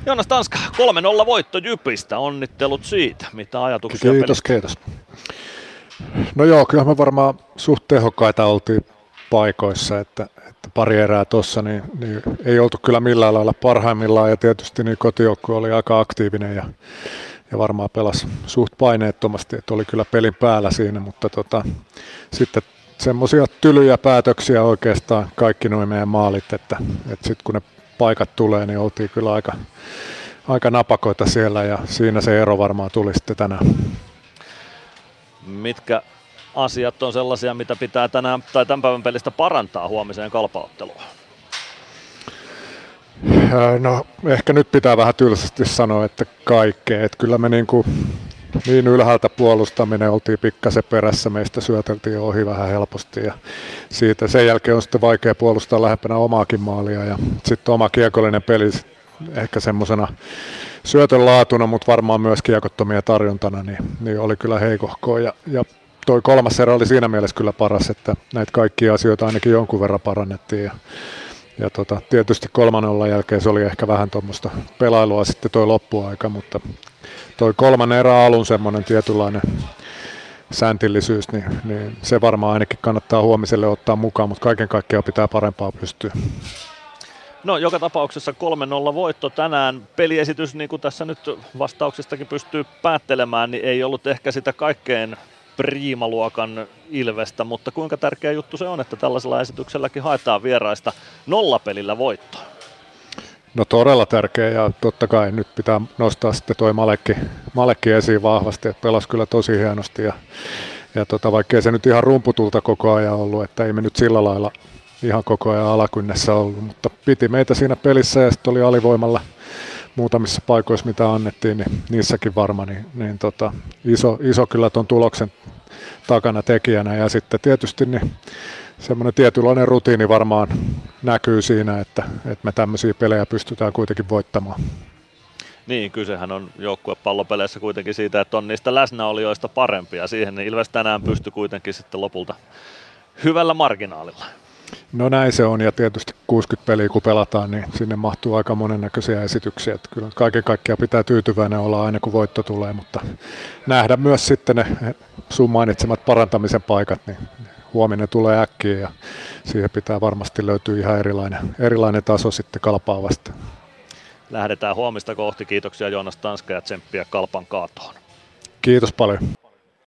Joonas Tanska, 3-0 voitto Jypistä. Onnittelut siitä. Mitä ajatuksia Kiitos. No joo, kyllä me varmaan suht tehokkaita oltiin paikoissa, että pari erää tuossa niin ei oltu kyllä millään lailla parhaimmillaan ja tietysti niin kotijoukkue oli aika aktiivinen ja varmaan pelasi suht paineettomasti, että oli kyllä pelin päällä siinä, mutta sitten semmoisia tylyjä päätöksiä oikeastaan kaikki nuo meidän maalit, että sitten kun ne paikat tulee, niin oltiin kyllä aika napakoita siellä ja siinä se ero varmaan tuli sitten tänään. Mitkä asiat on sellaisia, mitä pitää tänään tai tämän päivän pelistä parantaa huomiseen Kalpa-otteluun? No ehkä nyt pitää vähän tylsästi sanoa, että kaikkea. Että kyllä me niin ylhäältä puolustaminen oltiin pikkasen perässä, meistä syöteltiin ohi vähän helposti ja siitä sen jälkeen on sitten vaikea puolustaa lähempänä omaakin maalia ja sitten oma kiekollinen peli ehkä semmoisena syötön laatuna, mutta varmaan myös kiekottomia tarjontana, niin oli kyllä heikohkoa ja toi kolmas erä oli siinä mielessä kyllä paras, että näitä kaikkia asioita ainakin jonkun verran parannettiin ja tietysti 3-0 jälkeen se oli ehkä vähän tuommoista pelailua sitten toi loppuaika, mutta toi kolmannen erä alun semmoinen tietynlainen sääntillisyys, niin se varmaan ainakin kannattaa huomiselle ottaa mukaan, mutta kaiken kaikkiaan pitää parempaa pystyä. No joka tapauksessa 3-0 voitto tänään. Peliesitys, niin kuin tässä nyt vastauksistakin pystyy päättelemään, niin ei ollut ehkä sitä kaikkein priimaluokan Ilvestä, mutta kuinka tärkeä juttu se on, että tällaisella esitykselläkin haetaan vieraista nollapelillä voittoa? No todella tärkeä ja totta kai nyt pitää nostaa sitten toi Malekki esiin vahvasti, että pelasi kyllä tosi hienosti ja vaikkei se nyt ihan rumputulta koko ajan ollut, että ei me nyt sillä lailla ihan koko ajan alakynnessä ollut, mutta piti meitä siinä pelissä ja sitten oli alivoimalla muutamissa paikoissa, mitä annettiin, niin niissäkin varma, niin iso kyllä ton tuloksen takana tekijänä ja sitten tietysti niin semmoinen tietynlainen rutiini varmaan näkyy siinä, että me tämmöisiä pelejä pystytään kuitenkin voittamaan. Niin, kysehän on joukkuepallopeleissä kuitenkin siitä, että on niistä läsnäolijoista parempia. Siihen Ilves tänään pystyi kuitenkin sitten lopulta hyvällä marginaalilla. No näin se on ja tietysti 60 peliä kun pelataan, niin sinne mahtuu aika monennäköisiä esityksiä. Että kyllä kaiken kaikkiaan pitää tyytyväinen olla aina kun voitto tulee, mutta nähdä myös sitten ne sun mainitsemat parantamisen paikat, niin huominen tulee äkkiä ja siihen pitää varmasti löytyä ihan erilainen taso sitten Kalpaa vastaan. Lähdetään huomista kohti. Kiitoksia Joonas Tanska ja tsemppiä Kalpan kaatoon. Kiitos paljon.